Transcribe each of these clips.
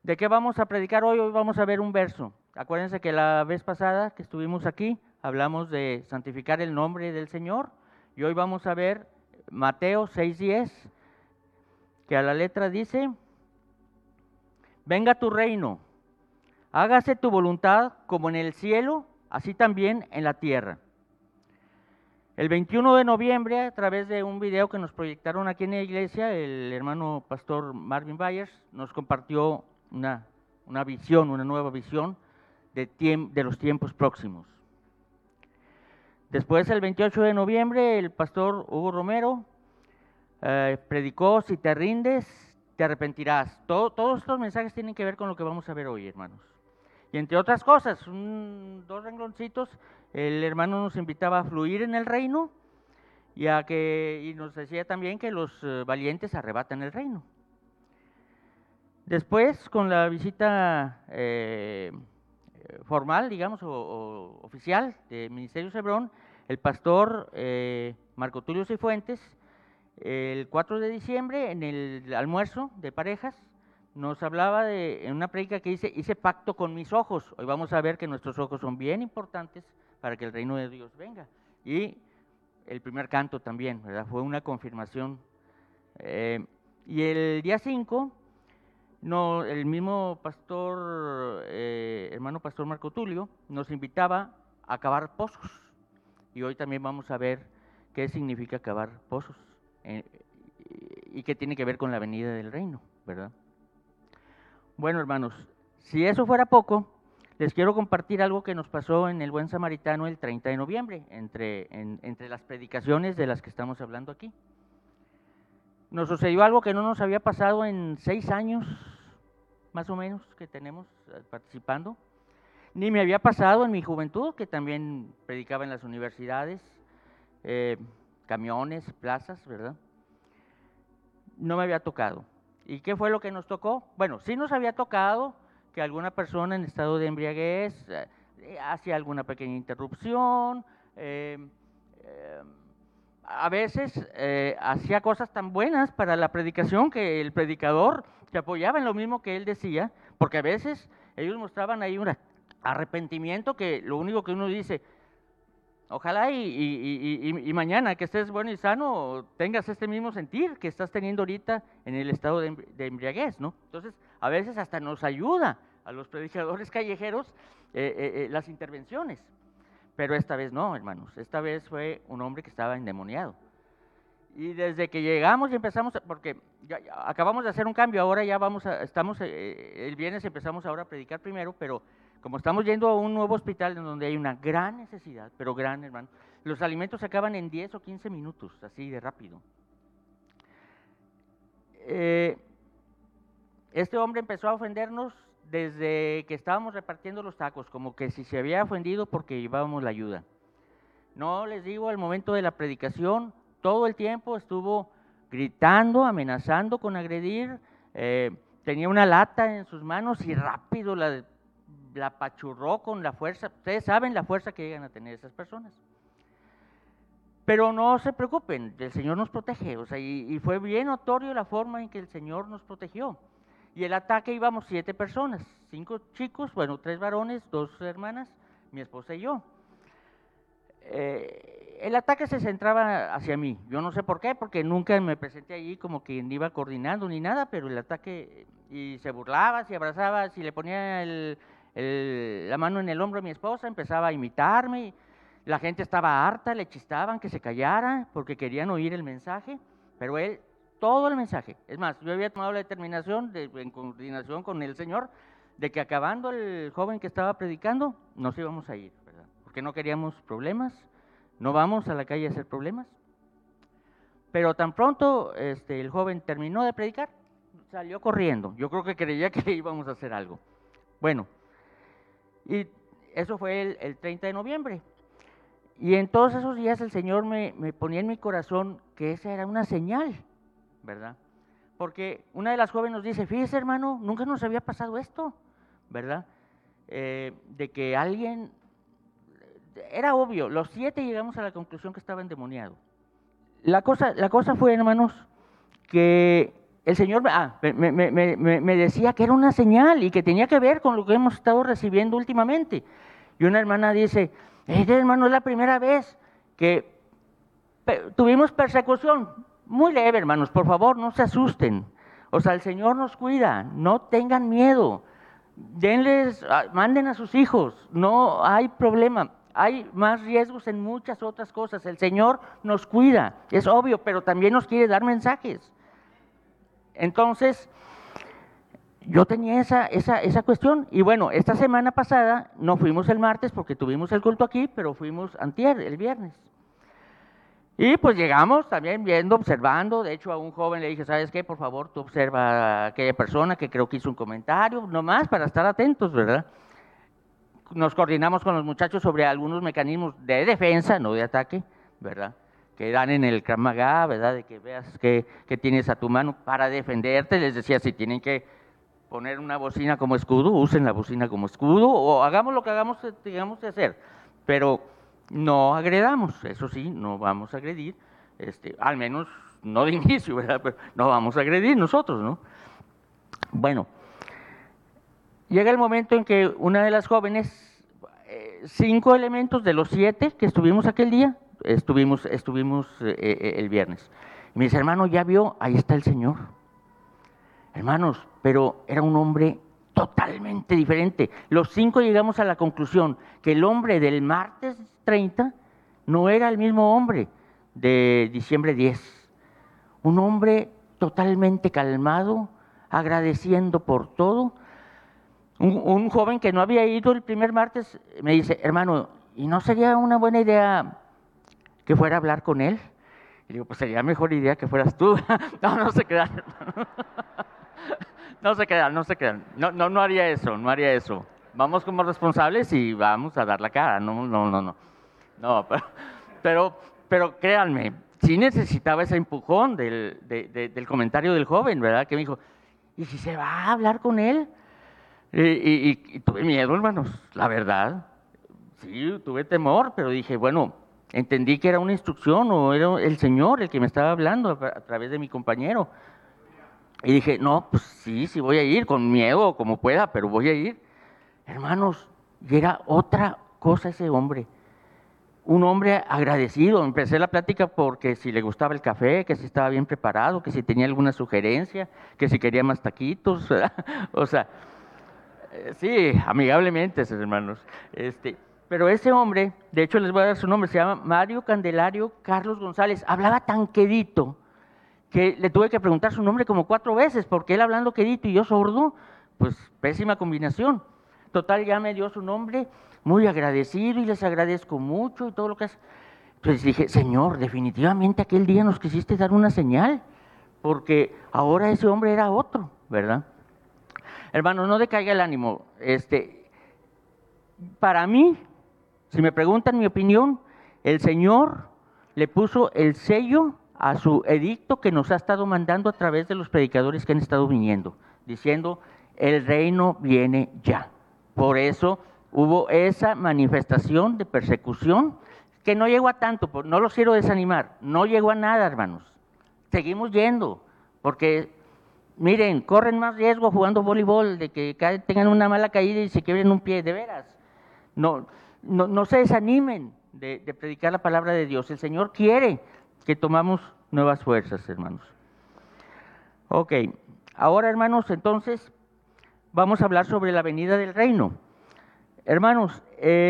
¿De qué vamos a predicar hoy? Hoy vamos a ver un verso. Acuérdense que la vez pasada que estuvimos aquí hablamos de santificar el nombre del Señor y hoy vamos a ver Mateo 6:10, que a la letra dice: venga tu reino, hágase tu voluntad como en el cielo, así también en la tierra. El 21 de noviembre, a través de un video que nos proyectaron aquí en la iglesia, el hermano pastor Marvin Byers nos compartió una visión, una nueva visión de los tiempos próximos. Después, el 28 de noviembre, el pastor Hugo Romero predicó: si te rindes, te arrepentirás. Todos estos mensajes tienen que ver con lo que vamos a ver hoy, hermanos. Y entre otras cosas, dos rengloncitos, el hermano nos invitaba a fluir en el reino y nos decía también que los valientes arrebatan el reino. Después, con la visita formal, digamos, o oficial de Ministerio Cebrón, el pastor Marco Tulio Cifuentes, el 4 de diciembre, en el almuerzo de parejas, nos hablaba en una prédica que dice: hice pacto con mis ojos. Hoy vamos a ver que nuestros ojos son bien importantes para que el reino de Dios venga. Y el primer canto también, ¿verdad? Fue una confirmación. Y el día 5, no, el mismo pastor, hermano pastor Marco Tulio, nos invitaba a cavar pozos. Y hoy también vamos a ver qué significa cavar pozos y qué tiene que ver con la venida del reino, ¿verdad? Bueno, hermanos, si eso fuera poco, les quiero compartir algo que nos pasó en el Buen Samaritano el 30 de noviembre, entre las predicaciones de las que estamos hablando aquí. Nos sucedió algo que no nos había pasado en 6 años, más o menos, que tenemos participando. Ni me había pasado en mi juventud, que también predicaba en las universidades, camiones, plazas, ¿verdad? No me había tocado. ¿Y qué fue lo que nos tocó? Bueno, sí nos había tocado que alguna persona en estado de embriaguez hacía alguna pequeña interrupción, a veces hacía cosas tan buenas para la predicación que el predicador se apoyaba en lo mismo que él decía, porque a veces ellos mostraban ahí un arrepentimiento que lo único que uno dice: ojalá y mañana que estés bueno y sano tengas este mismo sentir que estás teniendo ahorita en el estado de embriaguez, ¿no? Entonces, a veces hasta nos ayuda a los predicadores callejeros las intervenciones. Pero esta vez no, hermanos, esta vez fue un hombre que estaba endemoniado. Y desde que llegamos y empezamos, porque ya acabamos de hacer un cambio, ahora ya el viernes empezamos ahora a predicar primero, pero como estamos yendo a un nuevo hospital en donde hay una gran necesidad, pero gran, hermano, los alimentos se acaban en 10 o 15 minutos, así de rápido. Este hombre empezó a ofendernos desde que estábamos repartiendo los tacos, como que si se había ofendido porque llevábamos la ayuda. No les digo, al momento de la predicación, todo el tiempo estuvo gritando, amenazando con agredir, tenía una lata en sus manos y rápido la apachurró con la fuerza. Ustedes saben la fuerza que llegan a tener esas personas. Pero no se preocupen, el Señor nos protege, o sea, y fue bien notorio la forma en que el Señor nos protegió. Y el ataque íbamos 7 personas, 5 chicos, bueno, 3 varones, 2 hermanas, mi esposa y yo. El ataque se centraba hacia mí, yo no sé por qué, porque nunca me presenté allí como que iba coordinando ni nada, pero el ataque, y se burlaba, se abrazaba, si le ponía la mano en el hombro a mi esposa, empezaba a imitarme, la gente estaba harta, le chistaban que se callara, porque querían oír el mensaje, pero él, todo el mensaje, es más, yo había tomado la determinación, en coordinación con el Señor, de que acabando el joven que estaba predicando, nos íbamos a ir, ¿verdad? Porque no queríamos problemas, no vamos a la calle a hacer problemas. Pero tan pronto el joven terminó de predicar, salió corriendo. Yo creo que creía que íbamos a hacer algo. Bueno, y eso fue el 30 de noviembre. Y en todos esos días el Señor me ponía en mi corazón que esa era una señal, ¿verdad? Porque una de las jóvenes nos dice: fíjese, hermano, nunca nos había pasado esto, ¿verdad? De que alguien, era obvio, los 7 llegamos a la conclusión que estaba endemoniado. La cosa fue, hermanos, que el Señor me decía que era una señal y que tenía que ver con lo que hemos estado recibiendo últimamente. Y una hermana dice, hermano, es la primera vez que tuvimos persecución. Muy leve, hermanos, por favor, no se asusten. O sea, el Señor nos cuida, no tengan miedo. Manden a sus hijos, no hay problema. Hay más riesgos en muchas otras cosas. El Señor nos cuida, es obvio, pero también nos quiere dar mensajes. Entonces, yo tenía esa cuestión. Y bueno, esta semana pasada no fuimos el martes porque tuvimos el culto aquí, pero fuimos antier, el viernes. Y pues llegamos también viendo, observando. De hecho, a un joven le dije, ¿sabes qué? Por favor, tú observa a aquella persona que creo que hizo un comentario, nomás para estar atentos, ¿verdad? Nos coordinamos con los muchachos sobre algunos mecanismos de defensa, no de ataque, ¿verdad? Que dan en el Krav Maga, ¿verdad? De que veas que tienes a tu mano para defenderte. Les decía, si tienen que poner una bocina como escudo, usen la bocina como escudo, o hagamos lo que digamos de hacer. Pero no agredamos, eso sí, no vamos a agredir, al menos no de inicio, ¿verdad? Pero no vamos a agredir nosotros, ¿no? Bueno, llega el momento en que una de las jóvenes, 5 elementos de los 7 que estuvimos aquel día, estuvimos el viernes. Y me dice, hermano, ¿ya vio? Ahí está el Señor. Hermanos, pero era un hombre totalmente diferente. Los 5 llegamos a la conclusión que el hombre del martes 30 no era el mismo hombre de diciembre 10. Un hombre totalmente calmado, agradeciendo por todo. Un joven que no había ido el primer martes me dice, hermano, ¿y no sería una buena idea que fuera a hablar con él? Y digo, pues sería mejor idea que fueras tú. No, no se crean, hermano. No se crean, no se crean. No haría eso, no haría eso. Vamos como responsables y vamos a dar la cara. No. No, pero créanme, sí necesitaba ese empujón del comentario del joven, ¿verdad? Que me dijo, ¿y si se va a hablar con él? Y tuve miedo, hermanos, la verdad. Sí, tuve temor, pero dije, bueno, entendí que era una instrucción o era el Señor el que me estaba hablando a través de mi compañero. Y dije, no, pues sí voy a ir, con miedo, como pueda, pero voy a ir. Hermanos, y era otra cosa ese hombre. Un hombre agradecido. Empecé la plática porque si le gustaba el café, que si estaba bien preparado, que si tenía alguna sugerencia, que si quería más taquitos. O sea, sí, amigablemente, hermanos. Pero ese hombre, de hecho les voy a dar su nombre, se llama Mario Candelario Carlos González. Hablaba tan quedito que le tuve que preguntar su nombre como 4 veces, porque él hablando quedito y yo sordo, pues pésima combinación. Total, ya me dio su nombre, muy agradecido y les agradezco mucho y todo lo que hace. Entonces dije, Señor, definitivamente aquel día nos quisiste dar una señal, porque ahora ese hombre era otro, ¿verdad? Hermano, no decaiga el ánimo. Para mí, si me preguntan mi opinión, el Señor le puso el sello a su edicto que nos ha estado mandando a través de los predicadores que han estado viniendo, diciendo, el reino viene ya. Por eso hubo esa manifestación de persecución que no llegó a tanto, no los quiero desanimar, no llegó a nada, hermanos. Seguimos yendo, porque miren, corren más riesgo jugando voleibol de que tengan una mala caída y se quiebren un pie, de veras. No se desanimen de predicar la palabra de Dios. El Señor quiere que tomamos nuevas fuerzas, hermanos. Ok, ahora, hermanos, entonces vamos a hablar sobre la venida del reino. Hermanos,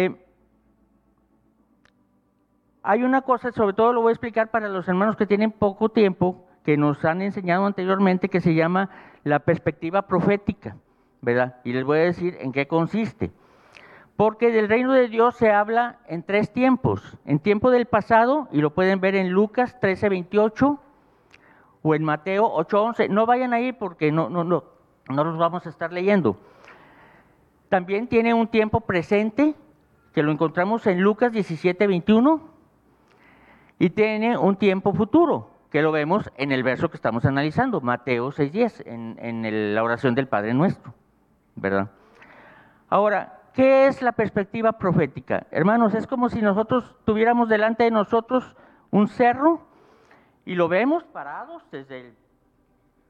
hay una cosa, sobre todo lo voy a explicar para los hermanos que tienen poco tiempo, que nos han enseñado anteriormente, que se llama la perspectiva profética, ¿verdad? Y les voy a decir en qué consiste. Porque del reino de Dios se habla en 3 tiempos. En tiempo del pasado, y lo pueden ver en Lucas 13:28 o en Mateo 8:11. No vayan ahí porque no los vamos a estar leyendo. También tiene un tiempo presente, que lo encontramos en Lucas 17:21. Y tiene un tiempo futuro, que lo vemos en el verso que estamos analizando, Mateo 6:10, en la oración del Padre Nuestro, ¿verdad? Ahora, ¿qué es la perspectiva profética? Hermanos, es como si nosotros tuviéramos delante de nosotros un cerro y lo vemos parados desde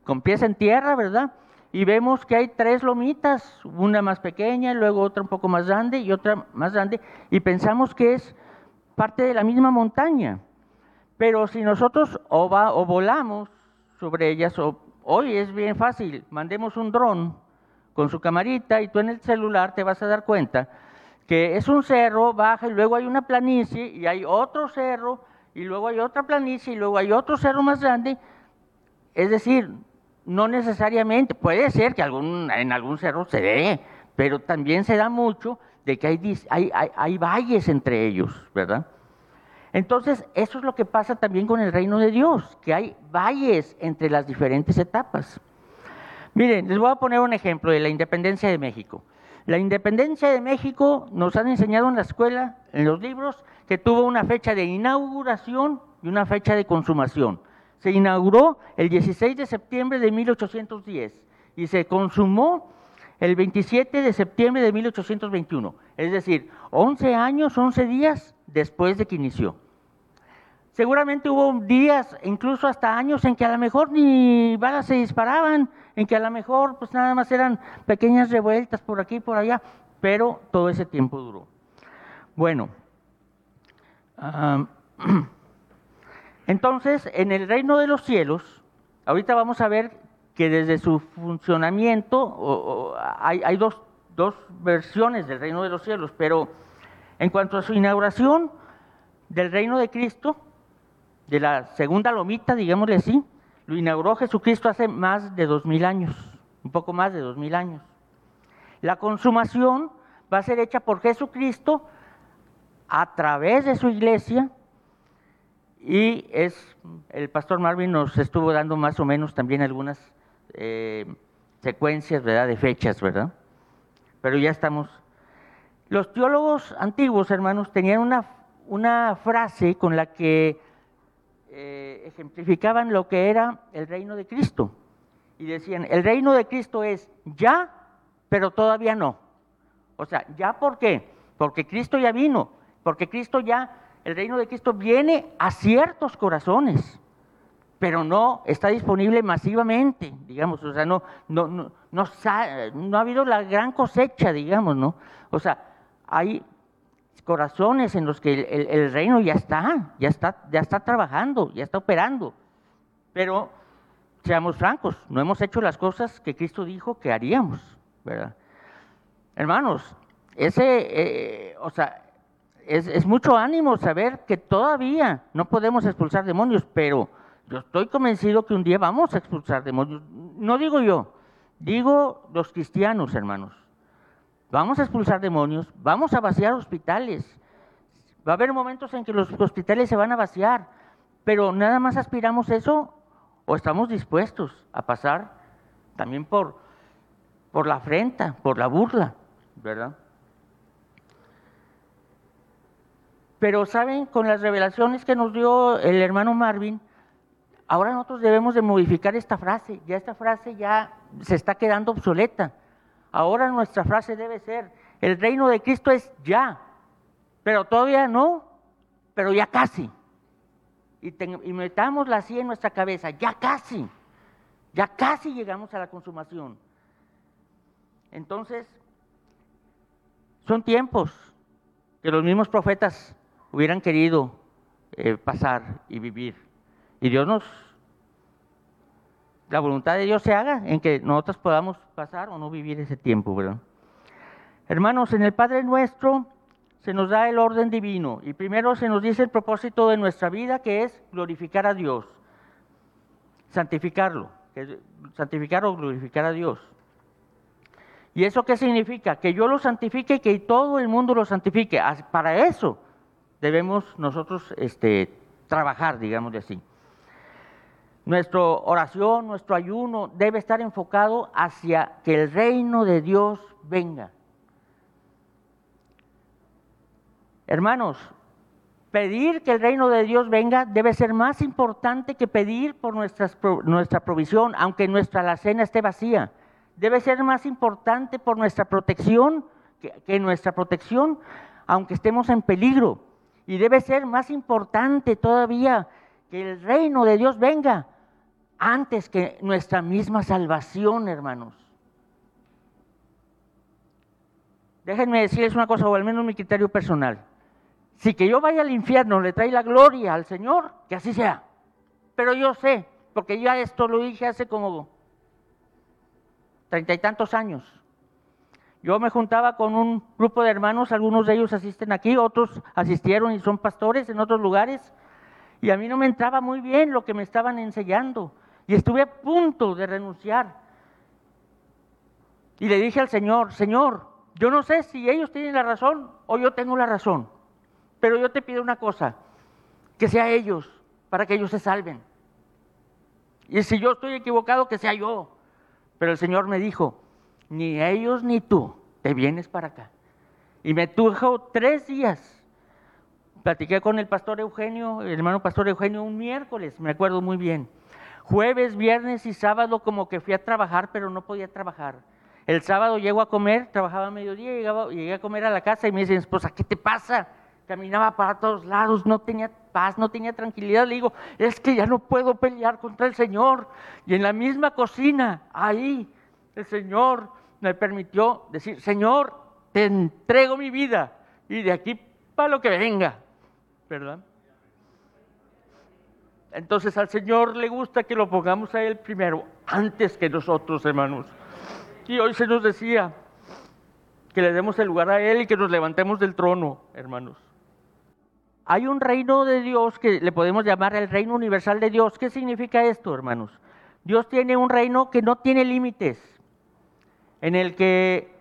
con pies en tierra, ¿verdad? Y vemos que hay 3 lomitas, una más pequeña, luego otra un poco más grande y otra más grande, y pensamos que es parte de la misma montaña. Pero si nosotros o volamos sobre ellas, hoy es bien fácil, mandemos un dron con su camarita y tú en el celular te vas a dar cuenta que es un cerro, baja y luego hay una planicie y hay otro cerro y luego hay otra planicie y luego hay otro cerro más grande. Es decir, no necesariamente, puede ser que en algún cerro se dé, pero también se da mucho de que hay valles entre ellos, ¿verdad? Entonces, eso es lo que pasa también con el reino de Dios, que hay valles entre las diferentes etapas. Miren, les voy a poner un ejemplo de la independencia de México. La independencia de México nos han enseñado en la escuela, en los libros, que tuvo una fecha de inauguración y una fecha de consumación. Se inauguró el 16 de septiembre de 1810 y se consumó el 27 de septiembre de 1821. Es decir, 11 años, 11 días después de que inició. Seguramente hubo días, incluso hasta años, en que a lo mejor ni balas se disparaban, en que a lo mejor pues nada más eran pequeñas revueltas por aquí y por allá, pero todo ese tiempo duró. Bueno, entonces en el reino de los cielos, ahorita vamos a ver que desde su funcionamiento hay dos versiones del reino de los cielos, pero en cuanto a su inauguración del reino de Cristo, de la segunda lomita, digámosle así, lo inauguró Jesucristo hace más de 2000 años, un poco más de 2000 años. La consumación va a ser hecha por Jesucristo a través de su iglesia, y el pastor Marvin nos estuvo dando más o menos también algunas secuencias, ¿verdad?, de fechas, ¿verdad? Pero ya estamos. Los teólogos antiguos, hermanos, tenían una frase con la que ejemplificaban lo que era el reino de Cristo. Y decían, el reino de Cristo es ya, pero todavía no. O sea, ¿ya por qué? Porque Cristo ya vino, porque el reino de Cristo viene a ciertos corazones, pero no está disponible masivamente, digamos, o sea, no ha habido la gran cosecha, digamos, ¿no? O sea, hay corazones en los que el reino ya está trabajando, ya está operando, pero seamos francos, no hemos hecho las cosas que Cristo dijo que haríamos, ¿verdad? Hermanos, es mucho ánimo saber que todavía no podemos expulsar demonios, pero yo estoy convencido que un día vamos a expulsar demonios. No digo yo, digo los cristianos, hermanos. Vamos a expulsar demonios, vamos a vaciar hospitales. Va a haber momentos en que los hospitales se van a vaciar, pero nada más aspiramos eso o estamos dispuestos a pasar también por la afrenta, por la burla, ¿verdad? Pero saben, con las revelaciones que nos dio el hermano Marvin, ahora nosotros debemos de modificar esta frase, esta frase ya se está quedando obsoleta. Ahora nuestra frase debe ser, el reino de Cristo es ya, pero todavía no, pero ya casi. Y metámosla así en nuestra cabeza, ya casi llegamos a la consumación. Entonces, son tiempos que los mismos profetas hubieran querido pasar y vivir. Y la voluntad de Dios se haga en que nosotros podamos pasar o no vivir ese tiempo, ¿verdad? Hermanos, en el Padre Nuestro se nos da el orden divino y primero se nos dice el propósito de nuestra vida, que es glorificar a Dios, santificar o glorificar a Dios. ¿Y eso qué significa? Que yo lo santifique y que todo el mundo lo santifique. Para eso debemos nosotros trabajar, digamos así. Nuestra oración, nuestro ayuno debe estar enfocado hacia que el reino de Dios venga. Hermanos, pedir que el reino de Dios venga debe ser más importante que pedir por nuestra provisión, aunque nuestra alacena esté vacía. Debe ser más importante por nuestra protección, que nuestra protección, aunque estemos en peligro. Y debe ser más importante todavía que el reino de Dios venga, antes que nuestra misma salvación, hermanos. Déjenme decirles una cosa, o al menos mi criterio personal. Si que yo vaya al infierno le trae la gloria al Señor, que así sea. Pero yo sé, porque ya esto lo dije hace como 30 y tantos años. Yo me juntaba con un grupo de hermanos, algunos de ellos asisten aquí, otros asistieron y son pastores en otros lugares, y a mí no me entraba muy bien lo que me estaban enseñando, y estuve a punto de renunciar. Y le dije al Señor, Señor, yo no sé si ellos tienen la razón o yo tengo la razón, pero yo te pido una cosa, que sea ellos, para que ellos se salven. Y si yo estoy equivocado, que sea yo. Pero el Señor me dijo, ni ellos ni tú te vienes para acá. Y me tuvo 3 días. Platiqué con el pastor Eugenio, el hermano pastor Eugenio, un miércoles, me acuerdo muy bien. Jueves, viernes y sábado como que fui a trabajar, pero no podía trabajar. El sábado llego a comer, trabajaba a mediodía, llegué a comer a la casa y me dicen, esposa, ¿qué te pasa? Caminaba para todos lados, no tenía paz, no tenía tranquilidad. Le digo, es que ya no puedo pelear contra el Señor. Y en la misma cocina, ahí, el Señor me permitió decir, Señor, te entrego mi vida y de aquí para lo que venga, ¿verdad? Entonces al Señor le gusta que lo pongamos a Él primero, antes que nosotros, hermanos. Y hoy se nos decía que le demos el lugar a Él y que nos levantemos del trono, hermanos. Hay un reino de Dios que le podemos llamar el reino universal de Dios. ¿Qué significa esto, hermanos? Dios tiene un reino que no tiene límites, en el que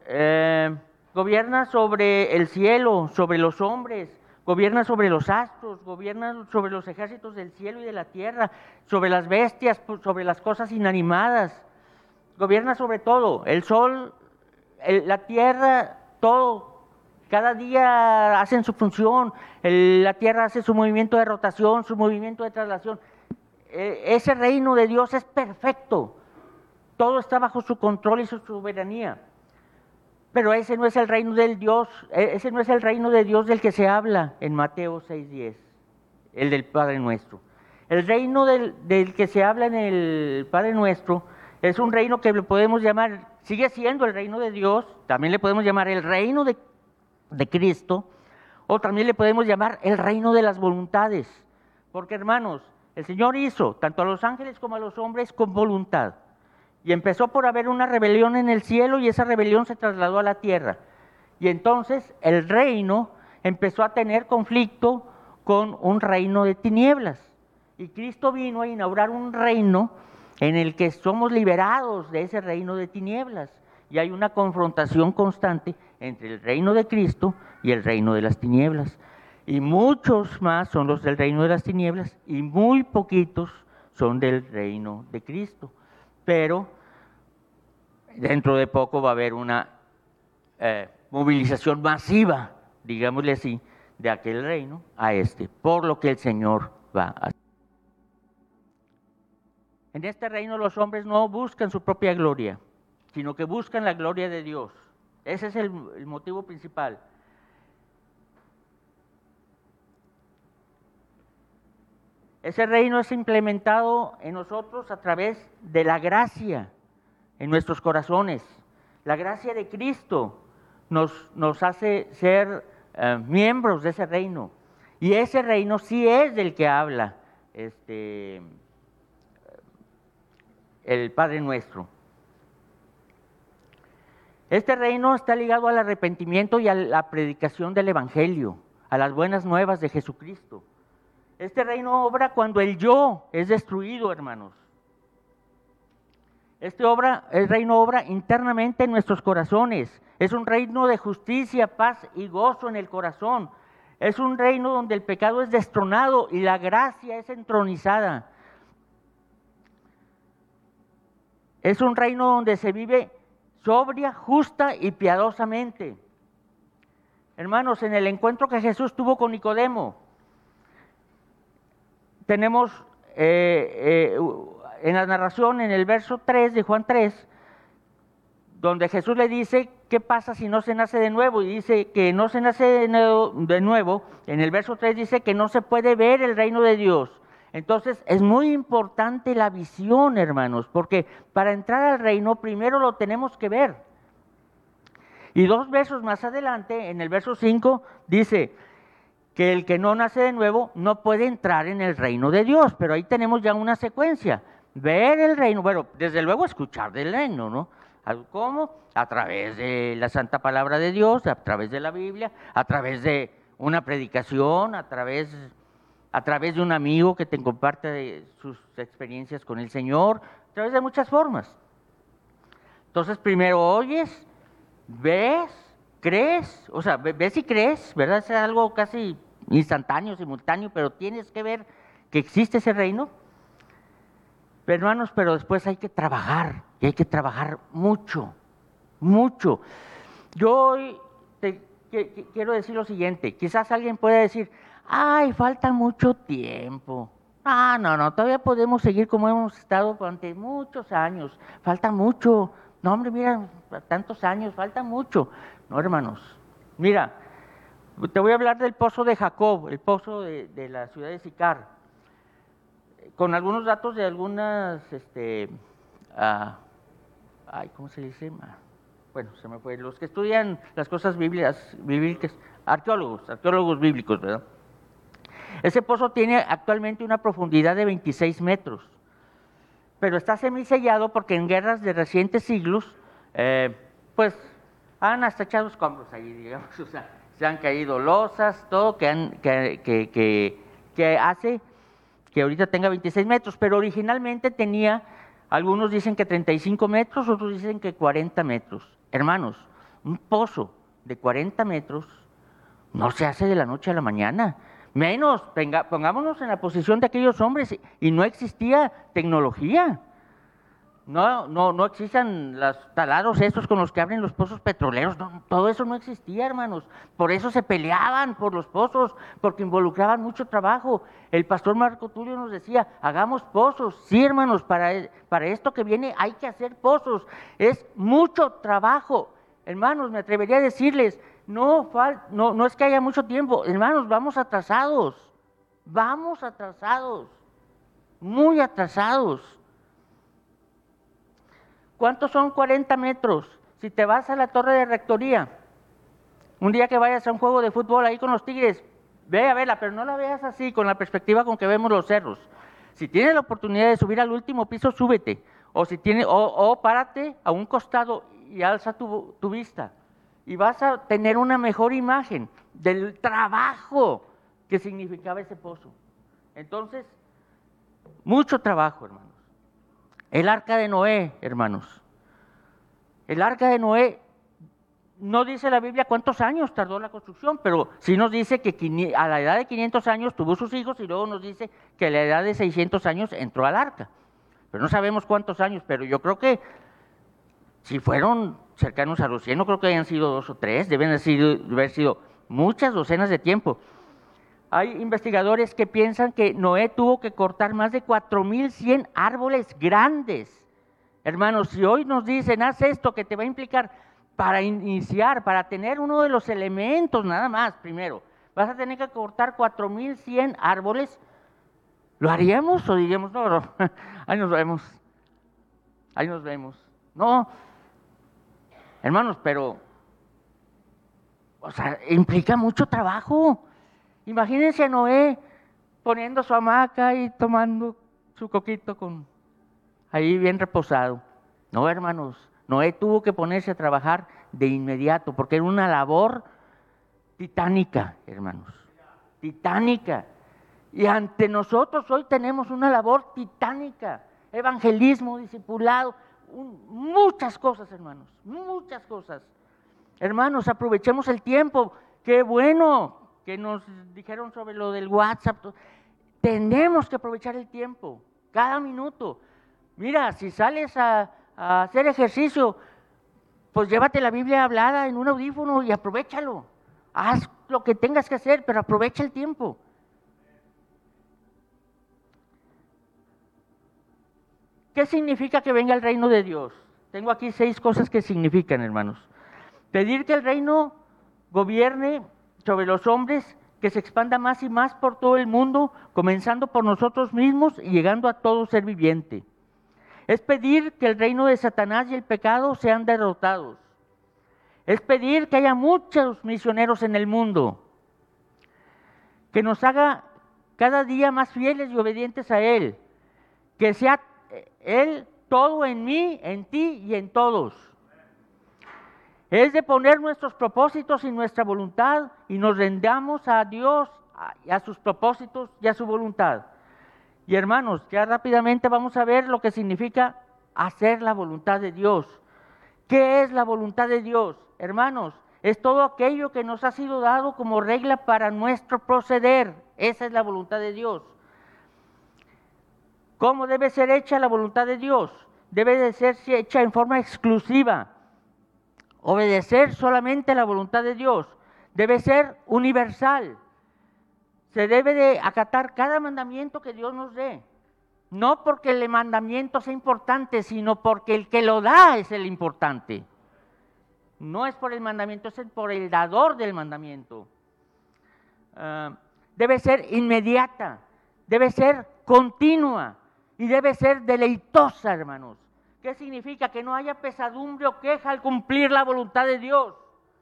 gobierna sobre el cielo, sobre los hombres, gobierna sobre los astros, gobierna sobre los ejércitos del cielo y de la tierra, sobre las bestias, sobre las cosas inanimadas, gobierna sobre todo, el sol, la tierra, todo. Cada día hacen su función, la tierra hace su movimiento de rotación, su movimiento de traslación. Ese reino de Dios es perfecto, todo está bajo su control y su soberanía. Pero ese no es el reino del Dios, ese no es el reino de Dios del que se habla en Mateo 6:10, el del Padre Nuestro. El reino del que se habla en el Padre Nuestro es un reino que le podemos llamar, sigue siendo el reino de Dios, también le podemos llamar el reino de Cristo, o también le podemos llamar el reino de las voluntades, porque hermanos, el Señor hizo tanto a los ángeles como a los hombres con voluntad, y empezó por haber una rebelión en el cielo y esa rebelión se trasladó a la tierra, y entonces el reino empezó a tener conflicto con un reino de tinieblas, y Cristo vino a inaugurar un reino en el que somos liberados de ese reino de tinieblas, y hay una confrontación constante entre el reino de Cristo y el reino de las tinieblas. Y muchos más son los del reino de las tinieblas y muy poquitos son del reino de Cristo. Pero dentro de poco va a haber una movilización masiva, digámosle así, de aquel reino a este, por lo que el Señor va a hacer. En este reino los hombres no buscan su propia gloria, sino que buscan la gloria de Dios. Ese es el motivo principal. Ese reino es implementado en nosotros a través de la gracia en nuestros corazones. La gracia de Cristo nos hace ser miembros de ese reino. Y ese reino sí es del que habla el Padre Nuestro. Este reino está ligado al arrepentimiento y a la predicación del Evangelio, a las buenas nuevas de Jesucristo. Este reino obra cuando el yo es destruido, hermanos. El reino obra internamente en nuestros corazones. Es un reino de justicia, paz y gozo en el corazón. Es un reino donde el pecado es destronado y la gracia es entronizada. Es un reino donde se vive sobria, justa y piadosamente. Hermanos, en el encuentro que Jesús tuvo con Nicodemo, tenemos en la narración, en el verso 3 de Juan 3, donde Jesús le dice, ¿qué pasa si no se nace de nuevo? Y dice que no se nace de nuevo, en el verso 3 dice que no se puede ver el reino de Dios. Entonces es muy importante la visión, hermanos, porque para entrar al reino primero lo tenemos que ver. Y 2 versos más adelante, en el verso 5, dice que el que no nace de nuevo no puede entrar en el reino de Dios, pero ahí tenemos ya una secuencia. Ver el reino, bueno, desde luego escuchar del reino, ¿no? ¿Cómo? A través de la santa palabra de Dios, a través de la Biblia, a través de una predicación, a través de un amigo que te comparte sus experiencias con el Señor, a través de muchas formas. Entonces, primero oyes, ves, crees, o sea, ves y crees, ¿verdad? Es algo casi instantáneo, simultáneo, pero tienes que ver que existe ese reino. Pero, hermanos, pero después hay que trabajar, y hay que trabajar mucho, mucho. Yo hoy quiero decir lo siguiente, quizás alguien pueda decir, ay, falta mucho tiempo. No, todavía podemos seguir como hemos estado durante muchos años, falta mucho. No, hombre, mira, tantos años, falta mucho. No, hermanos, mira, te voy a hablar del pozo de Jacob, el pozo de la ciudad de Sicar, con algunos datos de algunas, ¿cómo se dice? Bueno, se me fue, los que estudian las cosas bíblicas, arqueólogos bíblicos, ¿verdad? Ese pozo tiene actualmente una profundidad de 26 metros, pero está semisellado porque en guerras de recientes siglos, pues han hasta echado escombros ahí, digamos, o sea, se han caído losas, todo que hace que ahorita tenga 26 metros, pero originalmente tenía, algunos dicen que 35 metros, otros dicen que 40 metros. Hermanos, un pozo de 40 metros no se hace de la noche a la mañana. Menos, pongámonos en la posición de aquellos hombres, y no existía tecnología. No existen los taladros estos con los que abren los pozos petroleros, no, todo eso no existía, hermanos. Por eso se peleaban por los pozos, porque involucraban mucho trabajo. El pastor Marco Tulio nos decía, hagamos pozos. Sí, hermanos, para esto que viene hay que hacer pozos. Es mucho trabajo. Hermanos, me atrevería a decirles, no es que haya mucho tiempo, hermanos, vamos atrasados, muy atrasados. ¿Cuántos son 40 metros? Si te vas a la torre de rectoría, un día que vayas a un juego de fútbol ahí con los Tigres, ve a verla, pero no la veas así, con la perspectiva con que vemos los cerros. Si tienes la oportunidad de subir al último piso, súbete. O párate a un costado y alza tu vista. Y vas a tener una mejor imagen del trabajo que significaba ese pozo. Entonces, mucho trabajo, hermanos. El arca de Noé, hermanos. El arca de Noé, no dice la Biblia cuántos años tardó la construcción, pero sí nos dice que a la edad de 500 años tuvo sus hijos, y luego nos dice que a la edad de 600 años entró al arca. Pero no sabemos cuántos años, pero yo creo que si fueron cercanos a los 100, no creo que hayan sido 2 o 3, deben haber sido muchas docenas de tiempo. Hay investigadores que piensan que Noé tuvo que cortar más de 4100 árboles grandes. Hermanos, si hoy nos dicen, haz esto que te va a implicar para iniciar, para tener uno de los elementos nada más, primero, vas a tener que cortar 4100 árboles, ¿lo haríamos o diríamos, no, ahí nos vemos? No, hermanos, pero, o sea, implica mucho trabajo. Imagínense a Noé poniendo su hamaca y tomando su coquito ahí bien reposado. No, hermanos, Noé tuvo que ponerse a trabajar de inmediato porque era una labor titánica, hermanos, titánica. Y ante nosotros hoy tenemos una labor titánica, evangelismo, discipulado, muchas cosas, hermanos, muchas cosas. Hermanos, aprovechemos el tiempo, qué bueno que nos dijeron sobre lo del WhatsApp. Tenemos que aprovechar el tiempo, cada minuto. Mira, si sales a hacer ejercicio, pues llévate la Biblia hablada en un audífono y aprovéchalo. Haz lo que tengas que hacer, pero aprovecha el tiempo. ¿Qué significa que venga el reino de Dios? Tengo aquí 6 cosas que significan, hermanos. Pedir que el reino gobierne sobre los hombres que se expanda más y más por todo el mundo, comenzando por nosotros mismos y llegando a todo ser viviente. Es pedir que el reino de Satanás y el pecado sean derrotados. Es pedir que haya muchos misioneros en el mundo, que nos haga cada día más fieles y obedientes a Él, que sea Él todo en mí, en ti y en todos. Es de poner nuestros propósitos y nuestra voluntad y nos rendamos a Dios, a sus propósitos y a su voluntad. Y hermanos, ya rápidamente vamos a ver lo que significa hacer la voluntad de Dios. ¿Qué es la voluntad de Dios? Hermanos, es todo aquello que nos ha sido dado como regla para nuestro proceder. Esa es la voluntad de Dios. ¿Cómo debe ser hecha la voluntad de Dios? Debe de ser hecha en forma exclusiva. Obedecer solamente la voluntad de Dios. Debe ser universal. Se debe de acatar cada mandamiento que Dios nos dé. No porque el mandamiento sea importante, sino porque el que lo da es el importante. No es por el mandamiento, es por el dador del mandamiento. Debe ser inmediata, debe ser continua y debe ser deleitosa, hermanos. ¿Qué significa? Que no haya pesadumbre o queja al cumplir la voluntad de Dios.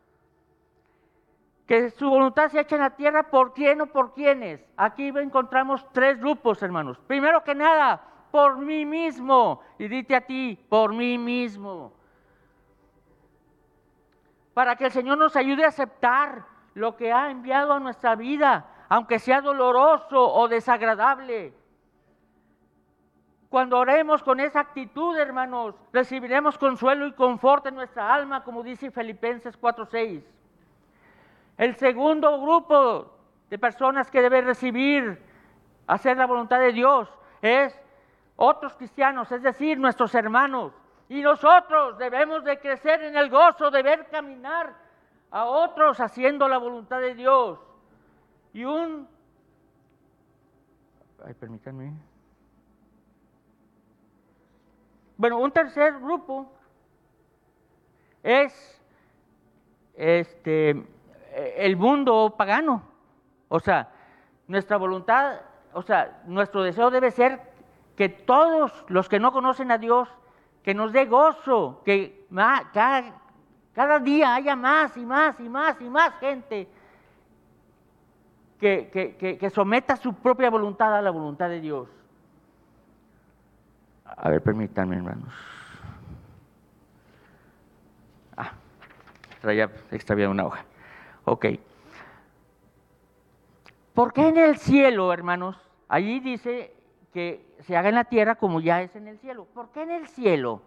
Que su voluntad sea hecha en la tierra, ¿por quién o por quiénes? Aquí encontramos tres grupos, hermanos. Primero que nada, por mí mismo. Y dite a ti, por mí mismo. Para que el Señor nos ayude a aceptar lo que ha enviado a nuestra vida, aunque sea doloroso o desagradable. Cuando oremos con esa actitud, hermanos, recibiremos consuelo y confort en nuestra alma, como dice Filipenses 4:6. El segundo grupo de personas que debe recibir, hacer la voluntad de Dios, es otros cristianos, es decir, nuestros hermanos. Y nosotros debemos de crecer en el gozo de ver caminar a otros haciendo la voluntad de Dios. Y permítanme. Bueno, un tercer grupo es el mundo pagano. O sea, nuestra voluntad, nuestro deseo debe ser que todos los que no conocen a Dios, que nos dé gozo, que cada día haya más y más y más y más gente que someta su propia voluntad a la voluntad de Dios. A ver, permítanme, hermanos. Traía extraviada una hoja. Ok. ¿Por qué en el cielo, hermanos? Allí dice que se haga en la tierra como ya es en el cielo. ¿Por qué en el cielo?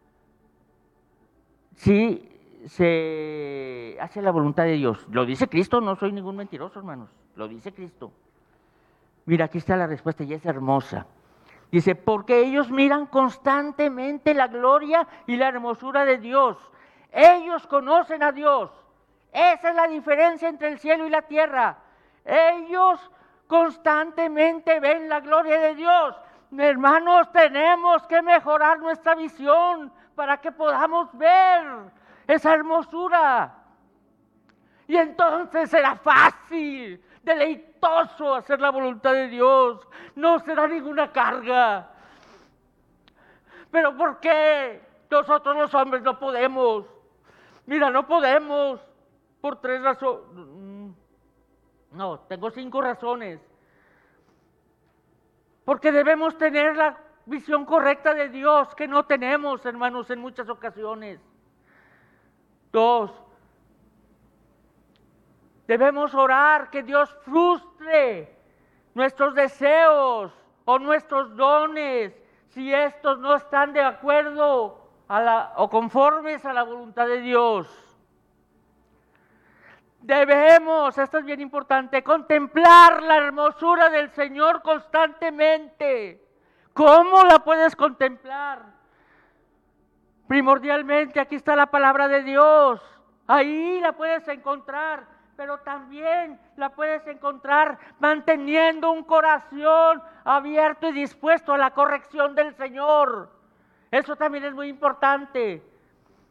Si se hace la voluntad de Dios. Lo dice Cristo, no soy ningún mentiroso, hermanos. Lo dice Cristo. Mira, aquí está la respuesta y es hermosa. Dice, porque ellos miran constantemente la gloria y la hermosura de Dios. Ellos conocen a Dios. Esa es la diferencia entre el cielo y la tierra. Ellos constantemente ven la gloria de Dios. Hermanos, tenemos que mejorar nuestra visión para que podamos ver esa hermosura. Y entonces será fácil, deleitoso hacer la voluntad de Dios. No será ninguna carga. ¿Pero por qué nosotros los hombres no podemos? Mira, no podemos por 3 razones. No, tengo 5 razones. Porque debemos tener la visión correcta de Dios, que no tenemos, hermanos, en muchas ocasiones. 2, debemos orar que Dios frustre nuestros deseos o nuestros dones si estos no están de acuerdo o conformes a la voluntad de Dios. Debemos, esto es bien importante, contemplar la hermosura del Señor constantemente. ¿Cómo la puedes contemplar? Primordialmente, aquí está la palabra de Dios. Ahí la puedes encontrar, pero también la puedes encontrar manteniendo un corazón abierto y dispuesto a la corrección del Señor. Eso también es muy importante.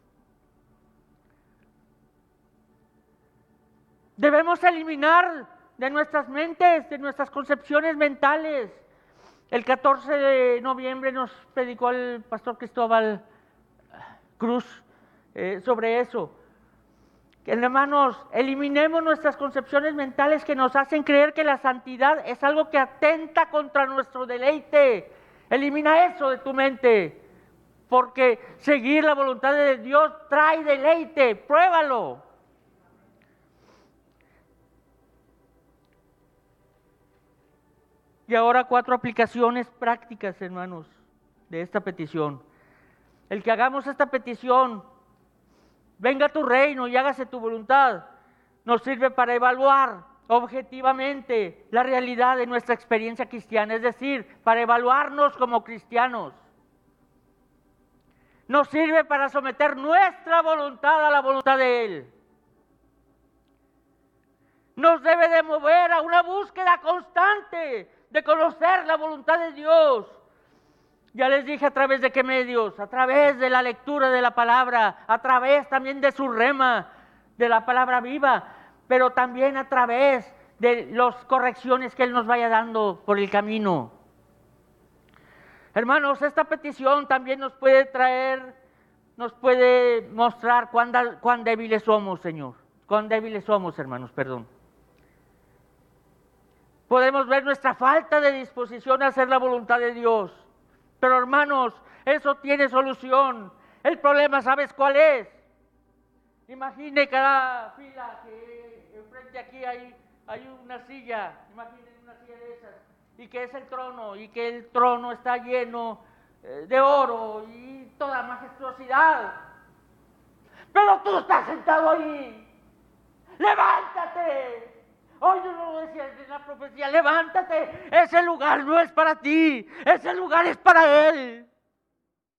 Debemos eliminar de nuestras mentes, de nuestras concepciones mentales. El 14 de noviembre nos predicó el pastor Cristóbal Cruz sobre eso. Que, hermanos, eliminemos nuestras concepciones mentales que nos hacen creer que la santidad es algo que atenta contra nuestro deleite. Elimina eso de tu mente, porque seguir la voluntad de Dios trae deleite, pruébalo. Y ahora 4 aplicaciones prácticas, hermanos, de esta petición. El que hagamos esta petición, venga tu reino y hágase tu voluntad, nos sirve para evaluar objetivamente la realidad de nuestra experiencia cristiana, es decir, para evaluarnos como cristianos. Nos sirve para someter nuestra voluntad a la voluntad de Él. Nos debe de mover a una búsqueda constante de conocer la voluntad de Dios. Ya les dije a través de qué medios, a través de la lectura de la palabra, a través también de su rema, de la palabra viva, pero también a través de las correcciones que Él nos vaya dando por el camino. Hermanos, esta petición también nos puede traer, nos puede mostrar cuán débiles somos, Señor. Cuán débiles somos, hermanos, perdón. Podemos ver nuestra falta de disposición a hacer la voluntad de Dios. Pero, hermanos, eso tiene solución. El problema, ¿sabes cuál es? Imagine cada fila que enfrente aquí hay una silla. Imaginen una silla de esas. Y que es el trono, y que el trono está lleno de oro y toda majestuosidad. Pero tú estás sentado ahí. ¡Levántate! Hoy yo no lo decía en la profecía, levántate, ese lugar no es para ti, ese lugar es para Él.